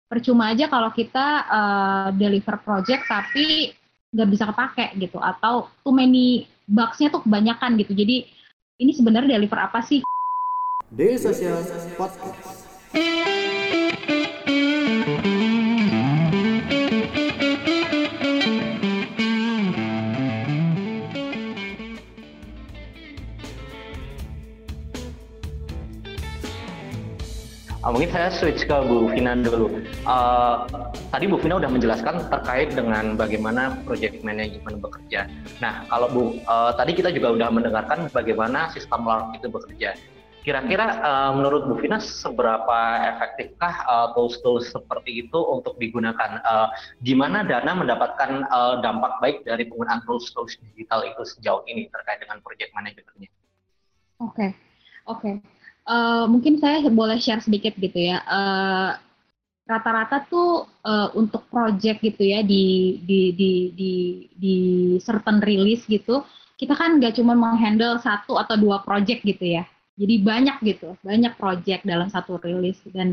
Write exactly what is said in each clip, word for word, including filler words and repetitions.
percuma aja kalau kita uh, deliver project tapi nggak bisa kepake gitu, atau too many bugs-nya tuh kebanyakan gitu. Jadi ini sebenarnya deliver apa sih? Daily Social Podcast. Uh, mungkin saya switch ke Bu Vina dulu. Uh, tadi Bu Vina udah menjelaskan terkait dengan bagaimana project management bekerja. Nah, kalau Bu, uh, tadi kita juga udah mendengarkan bagaimana sistem LARP itu bekerja. Kira-kira uh, menurut Bu Vina seberapa efektifkah uh, tools-tools seperti itu untuk digunakan? Uh, gimana Dana mendapatkan uh, dampak baik dari penggunaan tools-tools digital itu sejauh ini terkait dengan project manajemennya? Oke, okay. oke. Okay. Uh, mungkin saya boleh share sedikit gitu ya. Uh, rata-rata tuh uh, untuk project gitu ya di di di di di certain release gitu, kita kan nggak cuma menghandle satu atau dua project gitu ya. Jadi banyak gitu, banyak project dalam satu release, dan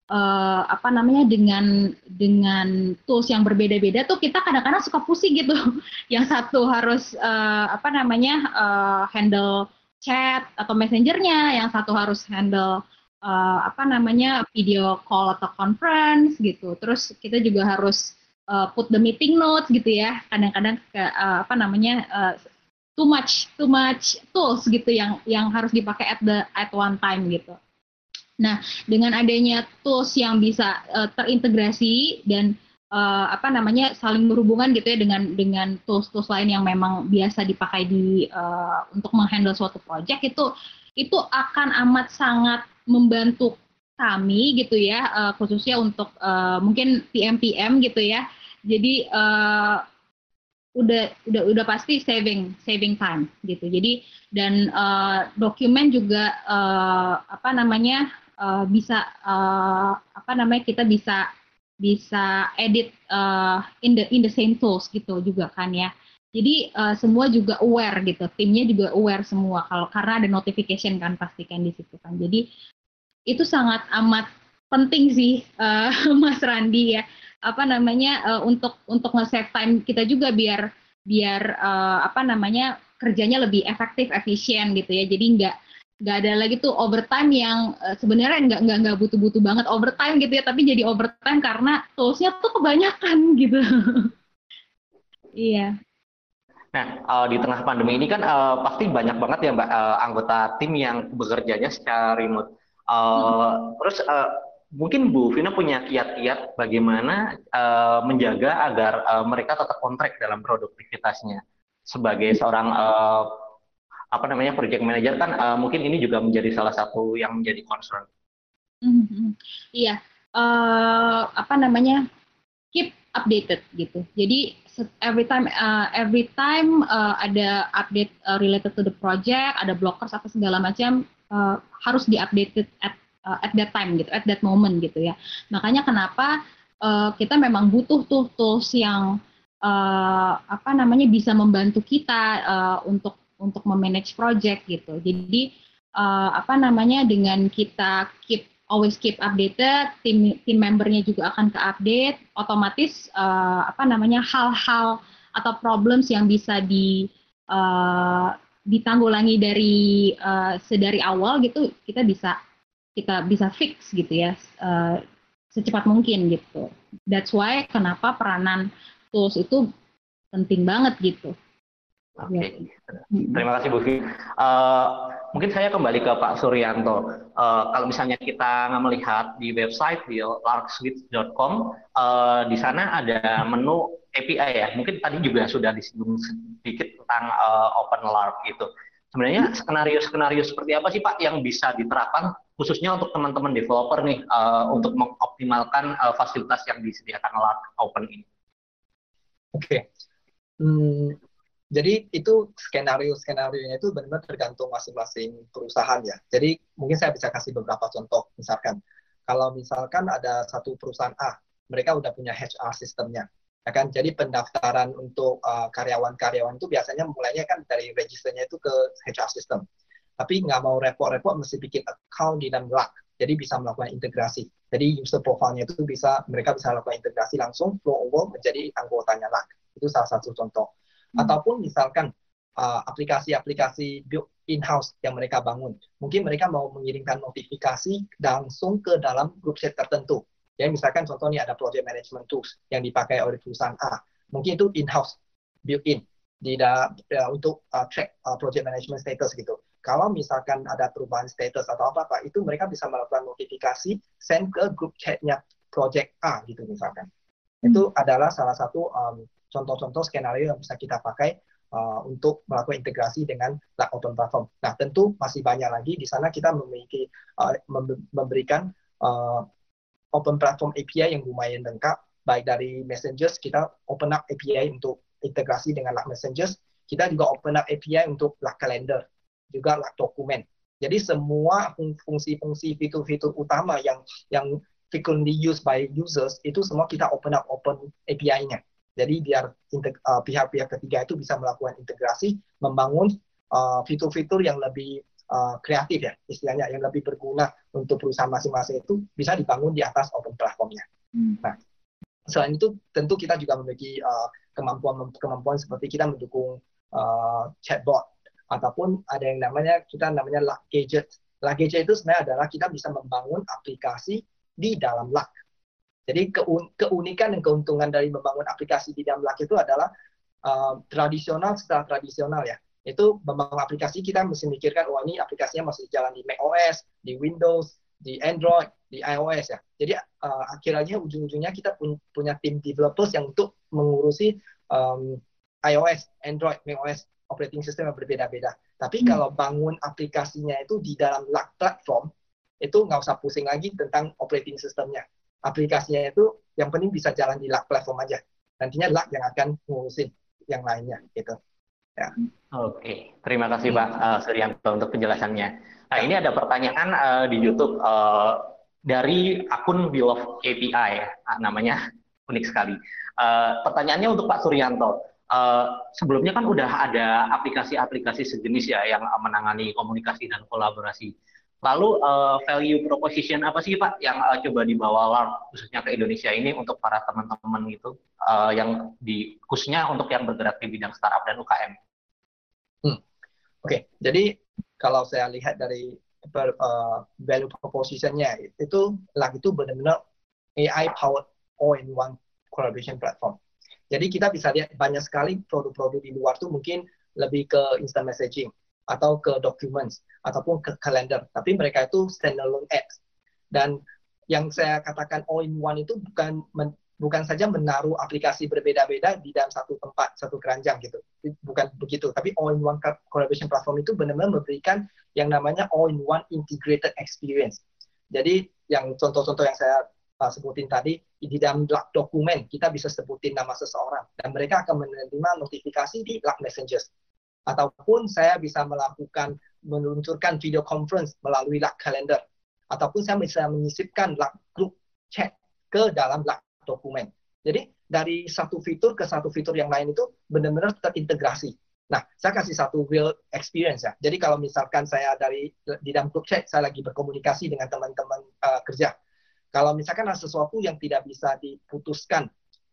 uh, apa namanya dengan dengan tools yang berbeda-beda tuh kita kadang-kadang suka pusing gitu. Yang satu harus uh, apa namanya uh, handle chat atau messengernya, yang satu harus handle uh, apa namanya video call atau conference gitu. Terus kita juga harus uh, put the meeting notes gitu ya. Kadang-kadang uh, apa namanya uh, too much too much tools gitu yang yang harus dipakai at the at one time gitu. Nah, dengan adanya tools yang bisa uh, terintegrasi dan uh, apa namanya saling berhubungan gitu ya dengan dengan tools-tools lain yang memang biasa dipakai di uh, untuk menghandle suatu project, itu itu akan amat sangat membantu kami gitu ya, uh, khususnya untuk uh, mungkin P M P M gitu ya. Jadi uh, udah udah udah pasti saving saving time gitu. Jadi dan uh, dokumen juga uh, apa namanya uh, bisa uh, apa namanya kita bisa bisa edit uh, in the in the same tools gitu juga kan ya. Jadi uh, semua juga aware gitu, timnya juga aware semua kalau karena ada notification kan pastikan di situ kan. Jadi itu sangat amat penting sih uh, Mas Randi ya, apa namanya uh, untuk untuk nge-save time kita juga biar biar uh, apa namanya kerjanya lebih efektif, efisien gitu ya. Jadi nggak nggak ada lagi tuh overtime yang uh, sebenarnya nggak nggak nggak butuh-butuh banget overtime gitu ya, tapi jadi overtime karena toolsnya tuh kebanyakan gitu. Iya. Nah, uh, di tengah pandemi ini kan uh, pasti banyak banget ya Mbak uh, anggota tim yang bekerjanya secara remote. Uh, terus uh, mungkin Bu Vina punya kiat-kiat bagaimana uh, menjaga agar uh, mereka tetap kontrak dalam produktivitasnya. Sebagai seorang uh, apa namanya project manager kan uh, mungkin ini juga menjadi salah satu yang menjadi concern. Mm-hmm. Iya, uh, apa namanya keep updated gitu. Jadi every time uh, every time uh, ada update uh, related to the project, ada blockers apa segala macam uh, harus diupdated at uh, at that time gitu, at that moment gitu ya. Makanya kenapa uh, kita memang butuh tuh tools yang uh, apa namanya bisa membantu kita uh, untuk untuk memanage project gitu. Jadi uh, apa namanya dengan kita keep always keep updated, tim tim membernya juga akan ke-update, otomatis uh, apa namanya hal-hal atau problems yang bisa di uh, ditanggulangi dari uh, sedari awal gitu, kita bisa kita bisa fix gitu ya uh, secepat mungkin gitu. That's why kenapa peranan tools itu penting banget gitu. Oke, okay. Terima kasih Bu Vi. Uh, mungkin saya kembali ke Pak Suryanto. Uh, kalau misalnya kita melihat di website di lark suite dot com, uh, di sana ada menu A P I ya. Mungkin tadi juga sudah disinggung sedikit tentang uh, Open Lark itu. Sebenarnya skenario-skenario seperti apa sih Pak yang bisa diterapkan khususnya untuk teman-teman developer nih uh, untuk mengoptimalkan uh, fasilitas yang disediakan Lark Open ini? Oke. Okay. Hmm. Jadi itu skenario-skenarionya itu benar-benar tergantung masing-masing perusahaan ya. Jadi mungkin saya bisa kasih beberapa contoh. Misalkan, kalau misalkan ada satu perusahaan A, mereka udah punya H R sistemnya. Ya kan? Jadi pendaftaran untuk uh, karyawan-karyawan itu biasanya mulainya kan dari registernya itu ke H R system. Tapi nggak mau repot-repot mesti bikin account di dalam Lark. Jadi bisa melakukan integrasi. Jadi user profile-nya itu bisa mereka bisa lakukan integrasi langsung flow over menjadi anggotanya L A K. Itu salah satu contoh. Hmm. Ataupun misalkan uh, aplikasi-aplikasi built in-house yang mereka bangun. Mungkin mereka mau mengirimkan notifikasi langsung ke dalam grup chat tertentu. Ya, misalkan contohnya ada project management tools yang dipakai oleh perusahaan A. Mungkin itu in-house, built-in di da, ya, untuk uh, track uh, project management status gitu. Kalau misalkan ada perubahan status atau apa-apa, itu mereka bisa melakukan notifikasi send ke grup chatnya project A gitu misalkan. Hmm. Itu adalah salah satu um, contoh-contoh skenario yang bisa kita pakai uh, untuk melakukan integrasi dengan L A K Open Platform. Nah, tentu masih banyak lagi. Di sana kita memiliki uh, memberikan uh, Open Platform A P I yang lumayan lengkap. Baik dari Messengers, kita open up A P I untuk integrasi dengan L A K Messengers. Kita juga open up A P I untuk L A K Calendar, juga L A K Dokumen. Jadi semua fungsi-fungsi fitur-fitur utama yang yang frequently used by users itu semua kita open up open A P I-nya. Jadi biar uh, pihak-pihak ketiga itu bisa melakukan integrasi, membangun uh, fitur-fitur yang lebih uh, kreatif ya, istilahnya yang lebih berguna untuk perusahaan masing-masing itu bisa dibangun di atas open platformnya. Hmm. Nah, selain itu tentu kita juga memiliki uh, kemampuan-kemampuan seperti kita mendukung uh, chatbot ataupun ada yang namanya kita namanya L A K Gadget. L A K Gadget itu sebenarnya adalah kita bisa membangun aplikasi di dalam L A K. Jadi keun- keunikan dan keuntungan dari membangun aplikasi di dalam L A K itu adalah uh, tradisional secara tradisional ya. Itu membangun aplikasi kita mesti mikirkan, oh ini aplikasinya masih jalan di macOS, di Windows, di Android, di iOS ya. Jadi uh, akhirnya ujung-ujungnya kita pun- punya tim developers yang untuk mengurusi um, iOS, Android, macOS, operating system yang berbeda-beda. Tapi hmm. kalau bangun aplikasinya itu di dalam L A K platform, itu nggak usah pusing lagi tentang operating systemnya. Aplikasinya itu yang penting bisa jalan di L A K platform aja. Nantinya L A K yang akan ngurusin yang lainnya gitu. Ya. Oke, terima kasih Pak uh, Suryanto untuk penjelasannya. Nah, ini ada pertanyaan uh, di YouTube uh, dari akun Beloved A P I, uh, namanya unik sekali. Uh, pertanyaannya untuk Pak Suryanto. Uh, sebelumnya kan udah ada aplikasi-aplikasi sejenis ya yang uh, menangani komunikasi dan kolaborasi. Lalu uh, value proposition apa sih Pak yang uh, coba dibawa L A R khususnya ke Indonesia ini untuk para teman-teman gitu uh, yang di khususnya untuk yang bergerak di bidang startup dan U K M? Hmm. Oke, okay. Jadi kalau saya lihat dari uh, value proposition-nya itu L A K itu benar-benar A I powered all-in-one collaboration platform. Jadi kita bisa lihat banyak sekali produk-produk di luar tuh mungkin lebih ke instant messaging atau ke documents ataupun ke calendar, tapi mereka itu standalone apps. Dan yang saya katakan all-in-one itu bukan men, bukan saja menaruh aplikasi berbeda-beda di dalam satu tempat, satu keranjang gitu. Bukan begitu, tapi all-in-one collaboration platform itu benar-benar memberikan yang namanya all-in-one integrated experience. Jadi yang contoh-contoh yang saya uh, sebutin tadi, di dalam dokumen kita bisa sebutin nama seseorang dan mereka akan menerima notifikasi di L A K Messengers. Ataupun saya bisa melakukan meluncurkan video conference melalui L A K Calendar, ataupun saya bisa menyisipkan L A K group chat ke dalam L A K dokumen. Jadi dari satu fitur ke satu fitur yang lain itu benar-benar terintegrasi. Nah, saya kasih satu real experience ya. Jadi kalau misalkan saya dari di dalam group chat saya lagi berkomunikasi dengan teman-teman uh, kerja. Kalau misalkan ada sesuatu yang tidak bisa diputuskan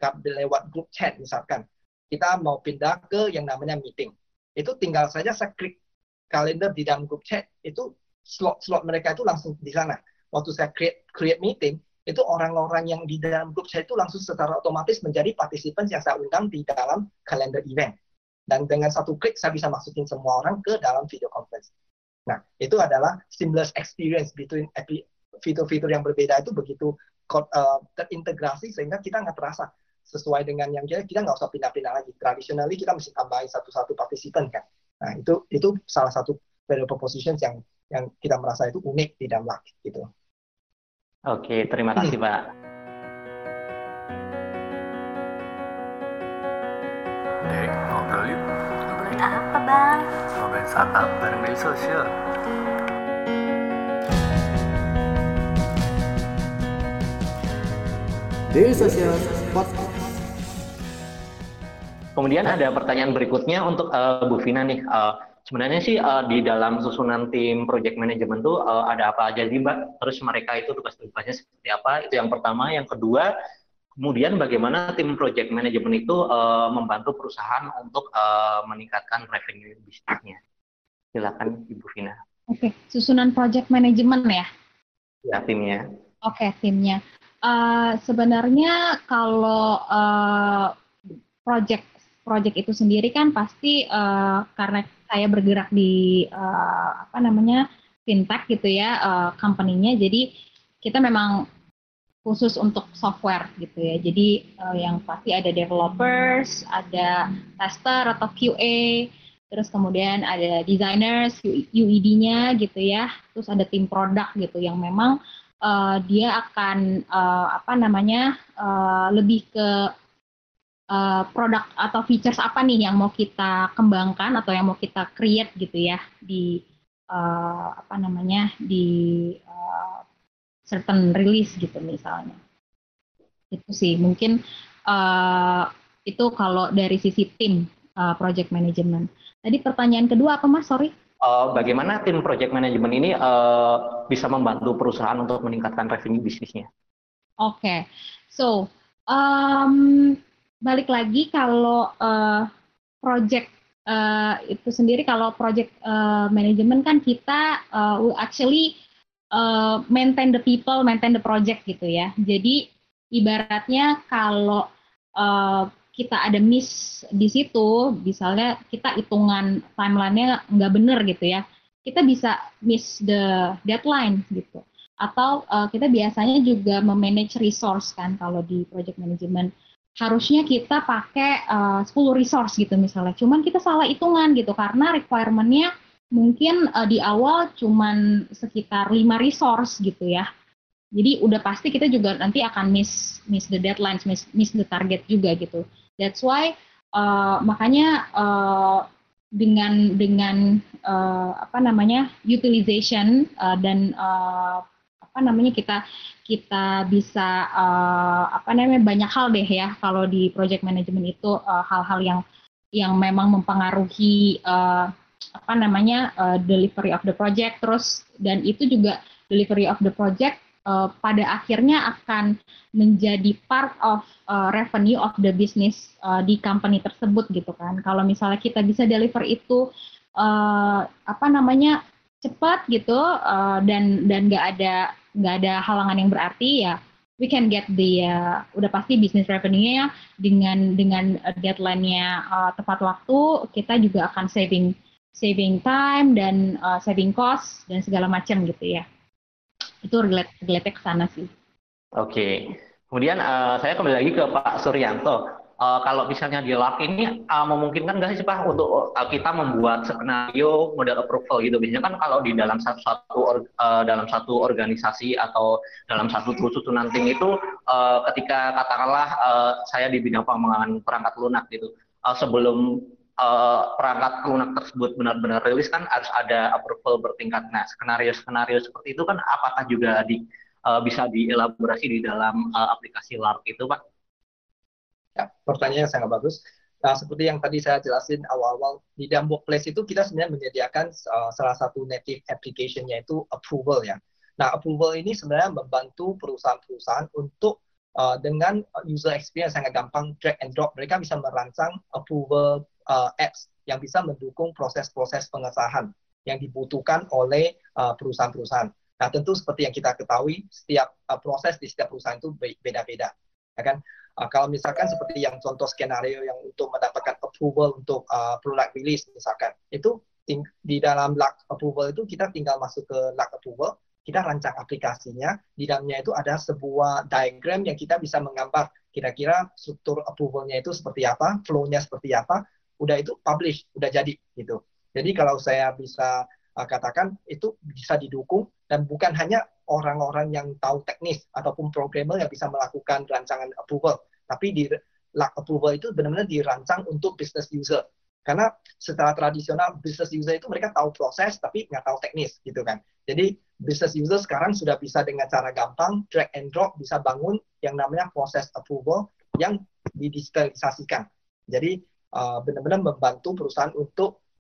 lewat group chat misalkan, kita mau pindah ke yang namanya meeting. Itu tinggal saja saya klik kalender di dalam group chat, itu slot-slot mereka itu langsung di sana. Waktu saya create create meeting, itu orang-orang yang di dalam group chat itu langsung secara otomatis menjadi participants yang saya undang di dalam kalender event. Dan dengan satu klik saya bisa masukin semua orang ke dalam video conference. Nah, itu adalah seamless experience between fitur-fitur yang berbeda itu begitu uh, terintegrasi sehingga kita nggak terasa sesuai dengan yang kita, kita nggak usah pindah-pindah lagi. Traditionally kita mesti tambahin satu-satu partisipan kan. Nah itu itu salah satu value proposition yang yang kita merasa itu unik di dalam L A K gitu. Oke, terima kasih hmm. Pak. Dek, ngobrol yuk. Ngobrolin apa Bang? Ngobrolin startup bareng Daily Social. Daily Social Podcast. Kemudian ada pertanyaan berikutnya untuk uh, Bu Vina nih. Uh, Sebenarnya sih uh, di dalam susunan tim project management tuh uh, ada apa aja sih Mbak? Terus mereka itu tugas-tugasnya seperti apa? Itu yang pertama. Yang kedua, kemudian bagaimana tim project management itu uh, membantu perusahaan untuk uh, meningkatkan revenue bisnisnya? Silakan Ibu Vina. Oke, susunan project management ya? Ya, timnya. Oke, timnya. Uh, sebenarnya kalau uh, project project itu sendiri kan pasti uh, karena saya bergerak di uh, apa namanya fintech gitu ya, uh, company-nya, jadi kita memang khusus untuk software gitu ya. Jadi uh, yang pasti ada developers, ada tester atau Q A, terus kemudian ada designers, U I D-nya gitu ya, terus ada tim produk gitu yang memang uh, dia akan uh, apa namanya uh, lebih ke Uh, produk atau features apa nih yang mau kita kembangkan atau yang mau kita create gitu ya di uh, apa namanya di uh, certain release gitu misalnya. Itu sih mungkin uh, itu kalau dari sisi tim uh, project management. Tadi pertanyaan kedua apa Mas? Sorry. Uh, bagaimana tim project management ini uh, bisa membantu perusahaan untuk meningkatkan revenue bisnisnya? Oke, okay. so um, balik lagi kalau uh, project uh, itu sendiri, kalau project uh, management kan kita uh, will actually uh, maintain the people, maintain the project gitu ya. Jadi ibaratnya kalau uh, kita ada miss di situ, misalnya kita hitungan timeline-nya nggak bener gitu ya, kita bisa miss the deadline gitu. Atau uh, kita biasanya juga memanage resource kan kalau di project management. Harusnya kita pakai uh, sepuluh resource gitu misalnya, cuman kita salah hitungan gitu karena requirement-nya mungkin uh, di awal cuman sekitar lima resource gitu ya. Jadi udah pasti kita juga nanti akan miss miss the deadlines, miss, miss the target juga gitu. That's why uh, makanya uh, dengan dengan uh, apa namanya utilization uh, dan uh, apa namanya kita kita bisa uh, apa namanya banyak hal deh ya kalau di project management itu uh, hal-hal yang yang memang mempengaruhi uh, apa namanya uh, delivery of the project, terus dan itu juga delivery of the project uh, pada akhirnya akan menjadi part of uh, revenue of the business uh, di company tersebut gitu kan. Kalau misalnya kita bisa deliver itu uh, apa namanya cepat gitu uh, dan dan nggak ada nggak ada halangan yang berarti ya, we can get the uh, udah pasti business revenue-nya dengan dengan deadline-nya uh, tepat waktu, kita juga akan saving saving time dan uh, saving cost dan segala macam gitu ya. Itu relate relate ke sana sih. Oke. Okay. Kemudian uh, saya kembali lagi ke Pak Suryanto. Uh, kalau misalnya di Lark ini uh, memungkinkan nggak sih Pak untuk uh, kita membuat skenario model approval gitu? Biasanya kan kalau di dalam satu, satu or, uh, dalam satu organisasi atau dalam satu susunan tim itu uh, ketika katakanlah uh, saya di bidang pengembangan perangkat lunak gitu, uh, sebelum uh, perangkat lunak tersebut benar-benar rilis kan harus ada approval bertingkat. Nah, skenario-skenario seperti itu kan apakah juga di, uh, bisa dielaborasi di dalam uh, aplikasi Lark itu Pak? Ya, pertanyaannya sangat bagus. Nah, seperti yang tadi saya jelasin awal-awal, di dalam workplace itu kita sebenarnya menyediakan uh, salah satu native application yaitu approval ya. Nah, approval ini sebenarnya membantu perusahaan-perusahaan untuk uh, dengan user experience sangat gampang, drag and drop, mereka bisa merancang approval uh, apps yang bisa mendukung proses-proses pengesahan yang dibutuhkan oleh uh, perusahaan-perusahaan. Nah, tentu seperti yang kita ketahui, setiap uh, proses di setiap perusahaan itu beda-beda, ya kan? Uh, kalau misalkan seperti yang contoh skenario yang untuk mendapatkan approval untuk uh, product release misalkan, itu di dalam Lark approval itu kita tinggal masuk ke Lark approval, kita rancang aplikasinya, di dalamnya itu ada sebuah diagram yang kita bisa menggambar kira-kira struktur approvalnya itu seperti apa, flow-nya seperti apa, udah itu publish, udah jadi gitu. Jadi kalau saya bisa uh, katakan itu bisa didukung dan bukan hanya orang-orang yang tahu teknis ataupun programmer yang bisa melakukan rancangan approval, tapi di Lark approval itu benar-benar dirancang untuk business user. Karena secara tradisional business user itu mereka tahu proses tapi nggak tahu teknis gitu kan. Jadi business user sekarang sudah bisa dengan cara gampang drag and drop bisa bangun yang namanya proses approval yang didigitalisasikan. Jadi uh, benar-benar membantu perusahaan untuk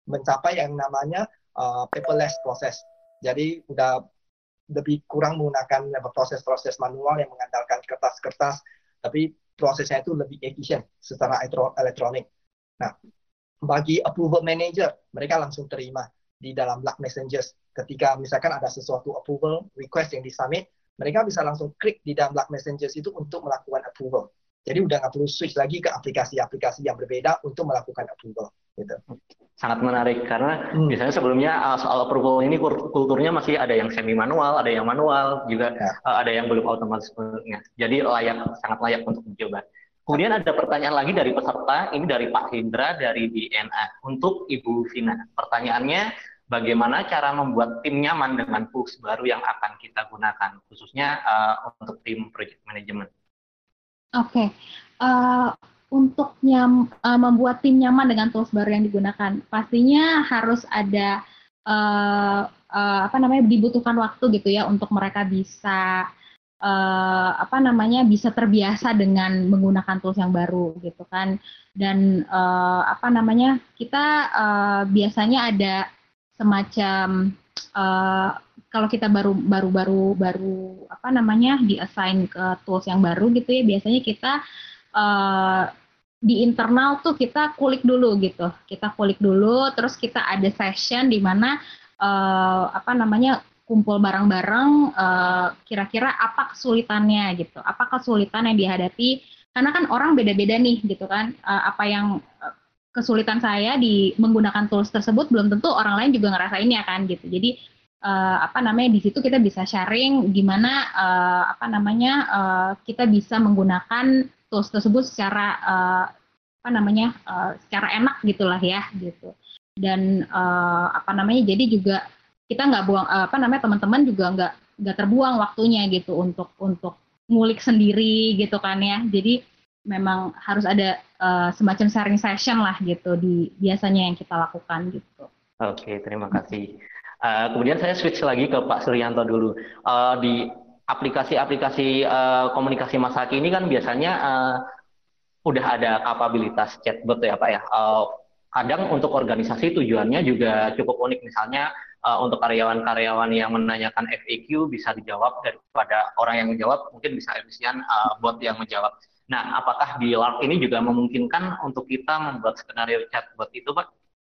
mencapai yang namanya uh, paperless process. Jadi udah lebih kurang menggunakan proses-proses manual yang mengandalkan kertas-kertas, tapi prosesnya itu lebih efisien secara elektronik. Nah, bagi approval manager, mereka langsung terima di dalam Slack Messengers. Ketika misalkan ada sesuatu approval request yang disubmit, mereka bisa langsung klik di dalam Slack Messengers itu untuk melakukan approval. Jadi udah nggak perlu switch lagi ke aplikasi-aplikasi yang berbeda untuk melakukan approval. Gitu. Sangat menarik karena Hmm. biasanya sebelumnya uh, soal approval ini kulturnya masih ada yang semi manual, ada yang manual, juga Ya. uh, ada yang belum otomatis. Jadi layak, sangat layak untuk dicoba. Kemudian ada pertanyaan lagi dari peserta, ini dari Pak Hendra dari D N A untuk Ibu Vina. Pertanyaannya, bagaimana cara membuat tim nyaman dengan tools baru yang akan kita gunakan, khususnya uh, untuk tim project management? Oke, okay. uh, untuk nyam, uh, membuat tim nyaman dengan tools baru yang digunakan, pastinya harus ada uh, uh, apa namanya dibutuhkan waktu gitu ya untuk mereka bisa uh, apa namanya bisa terbiasa dengan menggunakan tools yang baru gitu kan. Dan uh, apa namanya kita uh, biasanya ada semacam uh, kalau kita baru baru baru baru apa namanya di-assign ke tools yang baru gitu ya, biasanya kita uh, di internal tuh kita kulik dulu gitu. Kita kulik dulu, terus kita ada session di mana uh, apa namanya kumpul bareng-bareng uh, kira-kira apa kesulitannya gitu. Apa kesulitan yang dihadapi, karena kan orang beda-beda nih gitu kan. Uh, apa yang uh, kesulitan saya di menggunakan tools tersebut belum tentu orang lain juga ngerasainnya kan gitu. Jadi Uh, apa namanya di situ kita bisa sharing gimana uh, apa namanya uh, kita bisa menggunakan tools tersebut secara uh, apa namanya uh, secara enak gitulah ya gitu. Dan uh, apa namanya jadi juga kita nggak buang uh, apa namanya teman-teman juga nggak nggak terbuang waktunya gitu untuk untuk ngulik sendiri gitu kan ya. Jadi memang harus ada uh, semacam sharing session lah gitu di biasanya yang kita lakukan gitu. Oke, terima kasih. Uh, kemudian saya switch lagi ke Pak Suryanto dulu. Uh, di aplikasi-aplikasi uh, komunikasi masa kini kan biasanya uh, udah ada kapabilitas chatbot ya Pak ya. Uh, kadang untuk organisasi tujuannya juga cukup unik. Misalnya uh, untuk karyawan-karyawan yang menanyakan F A Q bisa dijawab daripada orang yang menjawab, mungkin bisa efisien uh, bot yang menjawab. Nah, apakah di Lark ini juga memungkinkan untuk kita membuat skenario chatbot itu Pak?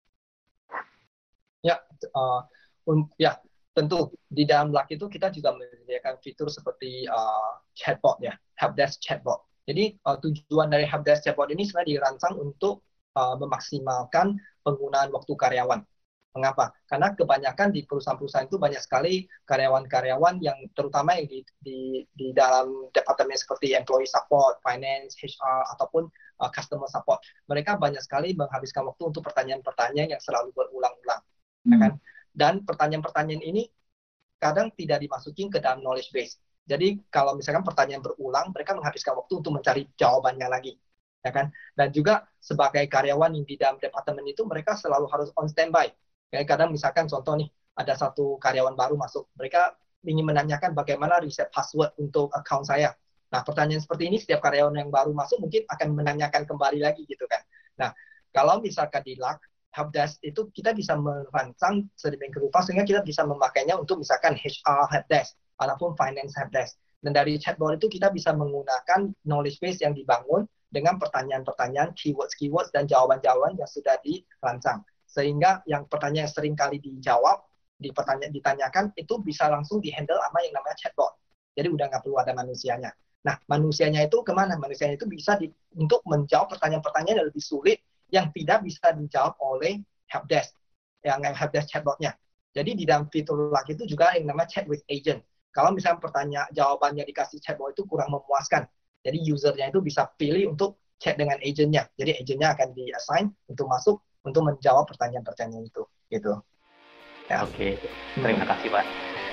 Ya, uh, un- ya tentu di dalam Lark itu kita juga menyediakan fitur seperti uh, chatbot ya, helpdesk chatbot. Jadi uh, tujuan dari helpdesk chatbot ini sebenarnya dirancang untuk uh, memaksimalkan penggunaan waktu karyawan. Mengapa? Karena kebanyakan di perusahaan-perusahaan itu banyak sekali karyawan-karyawan yang terutama yang di, di, di dalam departemen seperti employee support, finance, H R, ataupun uh, customer support. Mereka banyak sekali menghabiskan waktu untuk pertanyaan-pertanyaan yang selalu berulang-ulang. Ya kan? Dan pertanyaan-pertanyaan ini kadang tidak dimasukin ke dalam knowledge base. Jadi kalau misalkan pertanyaan berulang, mereka menghabiskan waktu untuk mencari jawabannya lagi, ya kan? Dan juga sebagai karyawan yang di dalam departemen itu, mereka selalu harus on standby. Kayak kadang misalkan contoh nih, ada satu karyawan baru masuk, mereka ingin menanyakan bagaimana reset password untuk account saya. Nah, pertanyaan seperti ini setiap karyawan yang baru masuk mungkin akan menanyakan kembali lagi gitu kan. Nah, kalau misalkan di Lark helpdesk itu kita bisa merancang sedemikian rupa sehingga kita bisa memakainya untuk misalkan H R helpdesk ataupun finance helpdesk. Dan dari chatbot itu kita bisa menggunakan knowledge base yang dibangun dengan pertanyaan-pertanyaan, keywords-keywords dan jawaban-jawaban yang sudah dirancang. Sehingga yang pertanyaan yang sering kali dijawab, dipertanya- ditanyakan itu bisa langsung dihandle sama yang namanya chatbot. Jadi udah nggak perlu ada manusianya. Nah, manusianya itu kemana? Manusianya itu bisa di, untuk menjawab pertanyaan-pertanyaan yang lebih sulit yang tidak bisa dijawab oleh helpdesk, yang helpdesk chatbotnya. Jadi di dalam fitur Lark itu juga yang namanya chat with agent. Kalau misalnya pertanyaan jawabannya dikasih chatbot itu kurang memuaskan, jadi usernya itu bisa pilih untuk chat dengan agentnya. Jadi agentnya akan di-assign untuk masuk untuk menjawab pertanyaan-pertanyaan itu. Gitu. Ya. Oke, terima kasih Pak.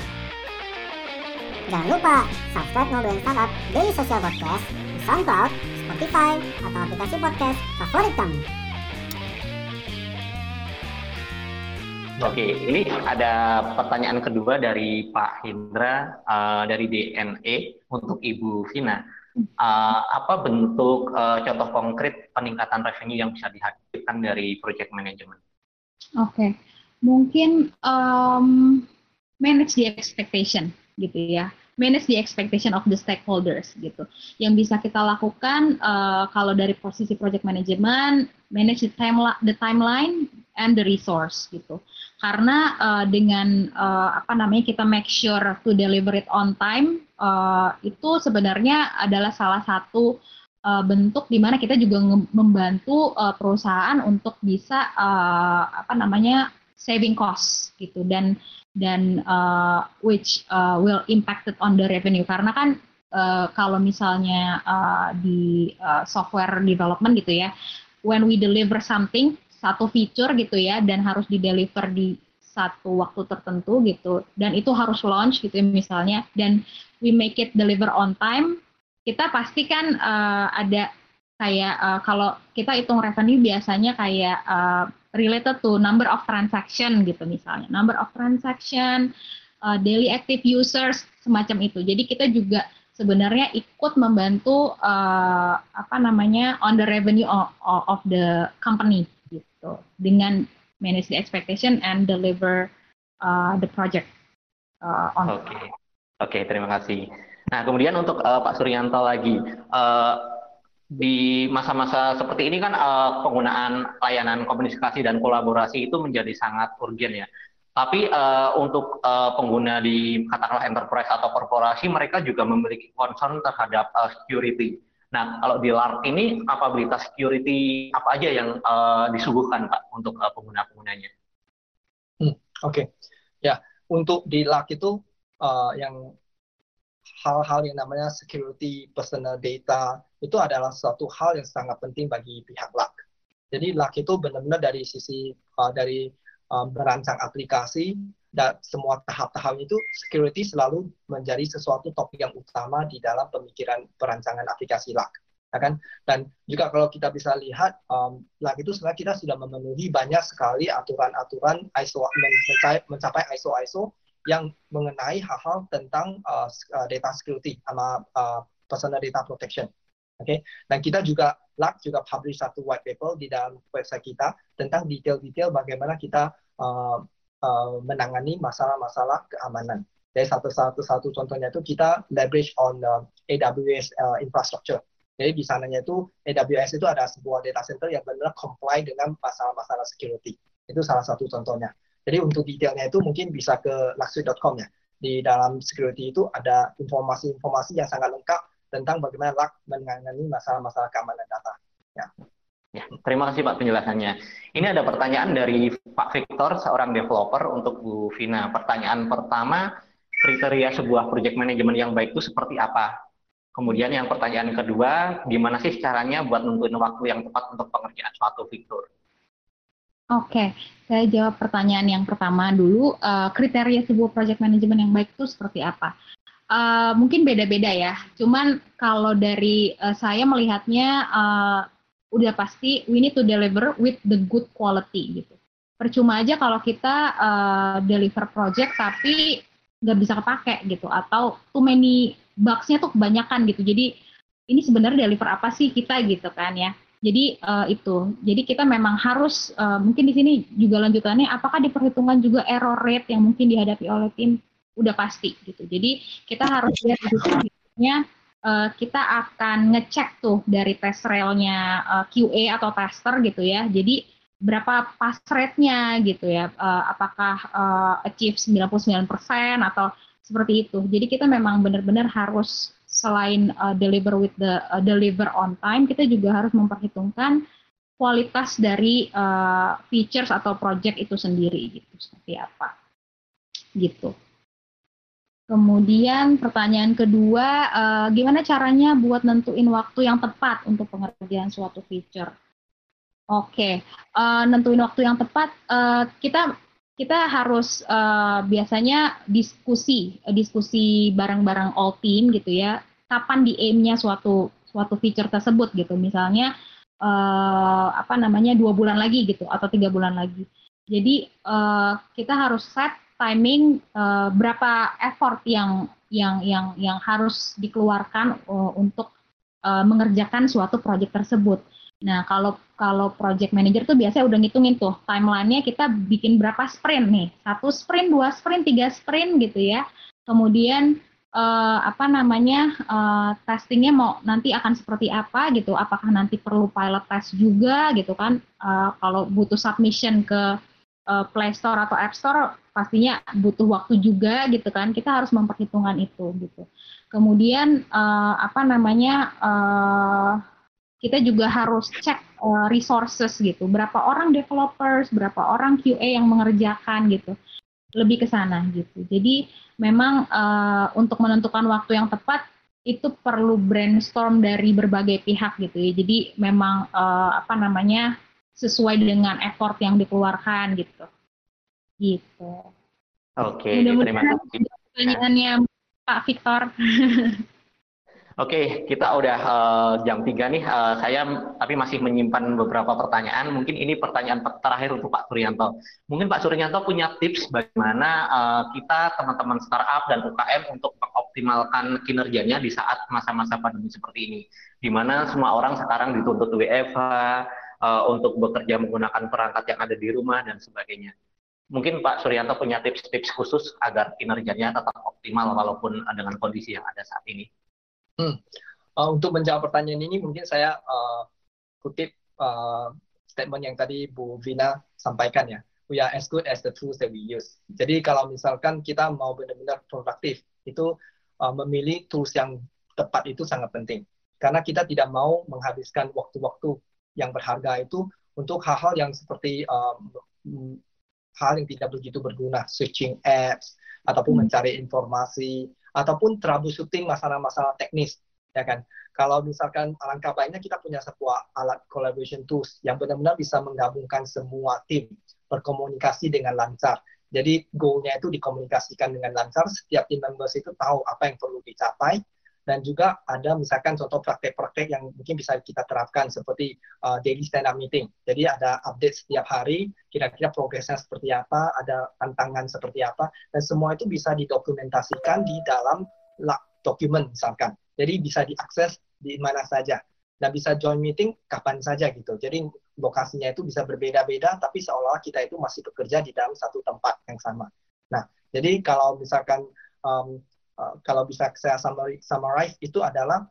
Jangan lupa subscribe Ngobrolin Startup Daily Social Podcast di SoundCloud, Spotify, atau aplikasi podcast favorit kamu. Oke, ini ada pertanyaan kedua dari Pak Hendra uh, dari D N E untuk Ibu Vina. Uh, apa bentuk uh, contoh konkret peningkatan revenue yang bisa dihadirkan dari project management? Oke, mungkin um, manage the expectation gitu ya, manage the expectation of the stakeholders gitu. Yang bisa kita lakukan uh, kalau dari posisi project management, manage the timeline, the timeline and the resource gitu. Karena uh, dengan uh, apa namanya kita make sure to deliver it on time, uh, itu sebenarnya adalah salah satu uh, bentuk di mana kita juga membantu uh, perusahaan untuk bisa uh, apa namanya saving cost gitu, dan dan uh, which uh, will impacted on the revenue, karena kan uh, kalau misalnya uh, di uh, software development gitu ya, when we deliver something, satu feature gitu ya, dan harus di deliver di satu waktu tertentu gitu, dan itu harus launch gitu ya misalnya, dan we make it deliver on time, kita pasti kan uh, ada kayak uh, kalau kita hitung revenue biasanya kayak uh, related to number of transaction gitu misalnya, number of transaction, uh, daily active users, semacam itu. Jadi kita juga sebenarnya ikut membantu uh, apa namanya on the revenue of, of the company gitu, dengan manage the expectation and deliver uh, the project uh, on. Oke, okay. Oke, okay, terima kasih. Nah, kemudian untuk uh, Pak Suryanto lagi. Uh, Di masa-masa seperti ini kan uh, penggunaan layanan komunikasi dan kolaborasi itu menjadi sangat urgen ya. Tapi uh, untuk uh, pengguna di katakanlah enterprise atau korporasi, mereka juga memiliki concern terhadap uh, security. Nah, kalau di Lark ini kapabilitas security apa aja yang uh, disuguhkan Pak untuk uh, pengguna-penggunanya? Hmm, Oke, okay. Ya untuk di Lark itu uh, yang hal-hal yang namanya security personal data itu adalah suatu hal yang sangat penting bagi pihak Lark. Jadi Lark itu benar-benar dari sisi uh, dari uh, merancang aplikasi dan semua tahap-tahap itu security selalu menjadi sesuatu topik yang utama di dalam pemikiran perancangan aplikasi Lark. Ya kan? Dan juga kalau kita bisa lihat um, Lark itu sebenarnya kita sudah memenuhi banyak sekali aturan-aturan I S O mencapai, mencapai I S O I S O yang mengenai hal-hal tentang uh, data security sama uh, personal data protection. Oke, okay? Dan kita juga Lark juga publish satu white paper di dalam website kita tentang detail-detail bagaimana kita uh, uh, menangani masalah-masalah keamanan. Jadi satu-satu satu contohnya itu kita leverage on uh, A W S uh, infrastructure. Jadi di sananya itu A W S itu ada sebuah data center yang benar-benar comply dengan masalah-masalah security. Itu salah satu contohnya. Jadi untuk detailnya itu mungkin bisa ke larksuite dot com ya. Di dalam security itu ada informasi-informasi yang sangat lengkap tentang bagaimana Lark menangani masalah-masalah keamanan data. Ya. Ya, terima kasih Pak penjelasannya. Ini ada pertanyaan dari Pak Victor, seorang developer untuk Bu Vina. Pertanyaan pertama, kriteria sebuah project management yang baik itu seperti apa? Kemudian yang pertanyaan kedua, gimana sih caranya buat nentuin waktu yang tepat untuk pengerjaan suatu fitur? Oke, saya jawab pertanyaan yang pertama dulu. Uh, kriteria sebuah project management yang baik itu seperti apa? Uh, mungkin beda-beda ya. Cuman kalau dari uh, saya melihatnya uh, udah pasti we need to deliver with the good quality gitu. Percuma aja kalau kita uh, deliver project tapi nggak bisa kepake gitu, atau too many bugs-nya tuh kebanyakan gitu. Jadi ini sebenarnya deliver apa sih kita gitu kan ya. Jadi uh, itu, jadi kita memang harus uh, mungkin di sini juga lanjutannya, apakah diperhitungkan juga error rate yang mungkin dihadapi oleh tim, udah pasti gitu. Jadi kita harus lihat juga uh, kita akan ngecek tuh dari test rail-nya uh, Q A atau tester gitu ya. Jadi berapa pass rate-nya gitu ya, uh, apakah uh, achieve sembilan puluh sembilan persen atau seperti itu. Jadi kita memang benar-benar harus selain uh, deliver with the uh, deliver on time, kita juga harus memperhitungkan kualitas dari uh, features atau project itu sendiri gitu, seperti apa gitu. Kemudian pertanyaan kedua, uh, gimana caranya buat nentuin waktu yang tepat untuk pengerjaan suatu feature? Oke, okay. uh, nentuin waktu yang tepat, uh, kita kita harus uh, biasanya diskusi, diskusi bareng-bareng all team gitu ya, kapan di aim-nya suatu suatu feature tersebut gitu, misalnya uh, apa namanya dua bulan lagi gitu atau tiga bulan lagi. Jadi uh, kita harus set timing uh, berapa effort yang yang yang yang harus dikeluarkan uh, untuk uh, mengerjakan suatu project tersebut. Nah, kalau kalau project manager tuh biasanya udah ngitungin tuh timeline-nya kita bikin berapa sprint nih. Satu sprint, dua sprint, tiga sprint gitu ya. Kemudian uh, apa namanya uh, testingnya mau nanti akan seperti apa gitu, apakah nanti perlu pilot test juga gitu kan, uh, kalau butuh submission ke uh, Play Store atau App Store pastinya butuh waktu juga gitu kan, kita harus memperhitungkan itu gitu. Kemudian uh, apa namanya uh, kita juga harus cek uh, resources gitu, berapa orang developers, berapa orang Q A yang mengerjakan gitu, lebih ke sana gitu. Jadi memang uh, untuk menentukan waktu yang tepat itu perlu brainstorm dari berbagai pihak gitu ya. Jadi memang uh, apa namanya sesuai dengan effort yang dikeluarkan gitu. Gitu. Oke, terima kasih. Pertanyaannya Pak Victor. Oke, kita udah uh, jam tiga nih. Uh, saya tapi masih menyimpan beberapa pertanyaan. Mungkin ini pertanyaan terakhir untuk Pak Suryanto. Mungkin Pak Suryanto punya tips bagaimana uh, kita teman-teman startup dan U K M untuk mengoptimalkan kinerjanya di saat masa-masa pandemi seperti ini, di mana semua orang sekarang dituntut W F H uh, untuk bekerja menggunakan perangkat yang ada di rumah dan sebagainya. Mungkin Pak Suryanto punya tips-tips khusus agar kinerjanya tetap optimal walaupun dengan kondisi yang ada saat ini. Hmm. Uh, untuk menjawab pertanyaan ini mungkin saya uh, kutip uh, statement yang tadi Bu Vina sampaikan ya. We are as good as the tools that we use. Jadi kalau misalkan kita mau benar-benar produktif, itu uh, memilih tools yang tepat itu sangat penting. Karena kita tidak mau menghabiskan waktu-waktu yang berharga itu untuk hal-hal yang seperti uh, hal yang tidak begitu berguna, switching apps, ataupun hmm. mencari informasi, ataupun troubleshooting masalah-masalah teknis, ya kan. Kalau misalkan alangkah baiknya kita punya sebuah alat collaboration tools yang benar-benar bisa menggabungkan semua tim berkomunikasi dengan lancar. Jadi goal-nya itu dikomunikasikan dengan lancar, setiap team members itu tahu apa yang perlu dicapai, dan juga ada misalkan contoh praktek-praktek yang mungkin bisa kita terapkan seperti uh, daily stand-up meeting. Jadi ada update setiap hari, kira-kira progresnya seperti apa, ada tantangan seperti apa, dan semua itu bisa didokumentasikan di dalam dokumen misalkan. Jadi bisa diakses di mana saja, dan bisa join meeting kapan saja gitu. Jadi lokasinya itu bisa berbeda-beda, tapi seolah-olah kita itu masih bekerja di dalam satu tempat yang sama. Nah, jadi kalau misalkan um, Uh, kalau bisa saya summarize itu adalah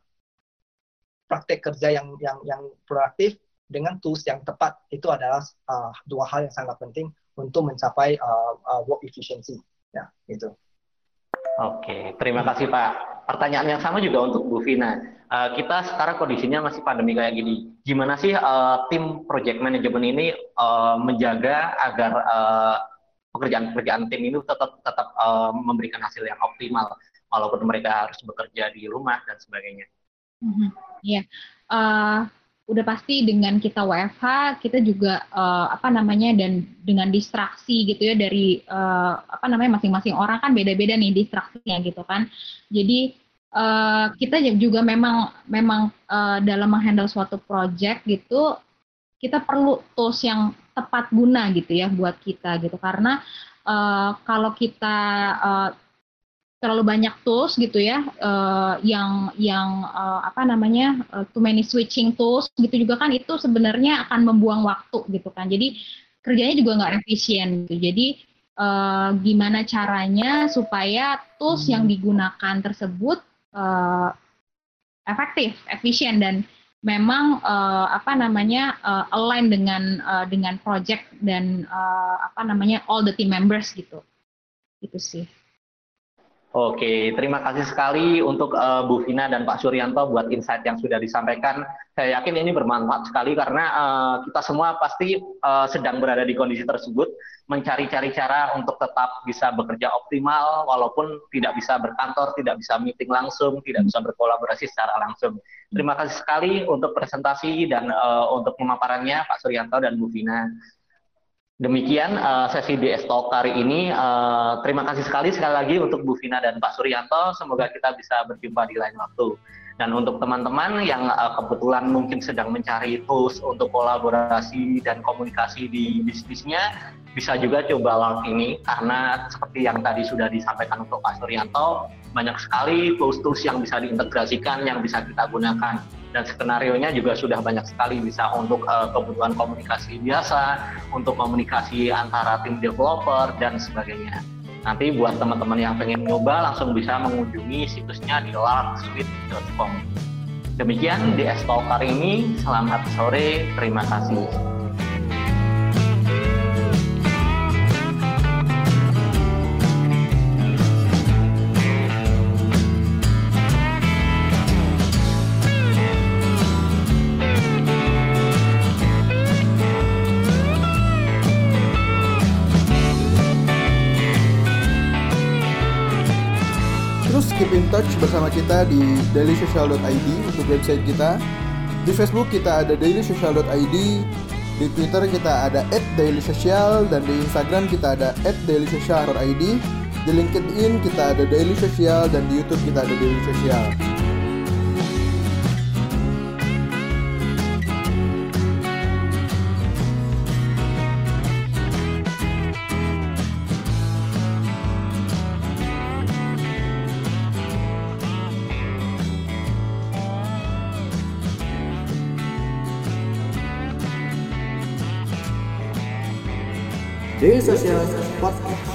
praktek kerja yang yang yang proaktif dengan tools yang tepat, itu adalah uh, dua hal yang sangat penting untuk mencapai uh, uh, work efficiency ya gitu. Oke, terima kasih Pak. Pertanyaan yang sama juga untuk Bu Vina. Uh, kita sekarang kondisinya masih pandemi kayak gini. Gimana sih uh, tim project management ini uh, menjaga agar uh, pekerjaan-pekerjaan tim ini tetap tetap uh, memberikan hasil yang optimal, walaupun mereka harus bekerja di rumah dan sebagainya. Mm-hmm. Iya, uh, udah pasti dengan kita W F H, kita juga uh, apa namanya dan dengan distraksi gitu ya dari uh, apa namanya masing-masing orang kan beda-beda nih distraksinya gitu kan. Jadi uh, kita juga memang memang uh, dalam menghandle suatu project gitu, kita perlu tools yang tepat guna gitu ya buat kita gitu, karena uh, kalau kita uh, terlalu banyak tools gitu ya, uh, yang yang uh, apa namanya uh, too many switching tools gitu juga kan itu sebenarnya akan membuang waktu gitu kan, jadi kerjanya juga nggak efisien gitu. Jadi uh, gimana caranya supaya tools hmm. yang digunakan tersebut uh, efektif, efisien dan memang uh, apa namanya uh, align dengan uh, dengan project dan uh, apa namanya all the team members gitu, itu sih. Oke, terima kasih sekali untuk uh, Bu Vina dan Pak Suryanto buat insight yang sudah disampaikan. Saya yakin ini bermanfaat sekali karena uh, kita semua pasti uh, sedang berada di kondisi tersebut, mencari-cari cara untuk tetap bisa bekerja optimal walaupun tidak bisa berkantor, tidak bisa meeting langsung, tidak bisa berkolaborasi secara langsung. Terima kasih sekali untuk presentasi dan uh, untuk pemaparannya Pak Suryanto dan Bu Vina. Demikian uh, sesi D S Talk hari ini. Uh, terima kasih sekali sekali lagi untuk Bu Vina dan Pak Suryanto. Semoga kita bisa berjumpa di lain waktu. Dan untuk teman-teman yang uh, kebetulan mungkin sedang mencari tools untuk kolaborasi dan komunikasi di bisnisnya, bisa juga coba Lark ini, karena seperti yang tadi sudah disampaikan untuk Pak Suryanto, banyak sekali tools-tools yang bisa diintegrasikan, yang bisa kita gunakan. dan skenario-nya juga sudah banyak sekali, bisa untuk uh, kebutuhan komunikasi biasa, untuk komunikasi antara tim developer dan sebagainya. Nanti buat teman-teman yang pengen nyoba langsung bisa mengunjungi situsnya di lark suite dot com. Demikian di S-Talk hari ini, selamat sore, terima kasih. Terus keep in touch bersama kita di daily social dot i d untuk website kita. Di Facebook kita ada daily social dot i d, di Twitter kita ada at dailysocial, dan di Instagram kita ada at dailysocial dot i d. Di LinkedIn kita ada Daily Social, dan di YouTube kita ada Daily Social. Daily Social Podcast.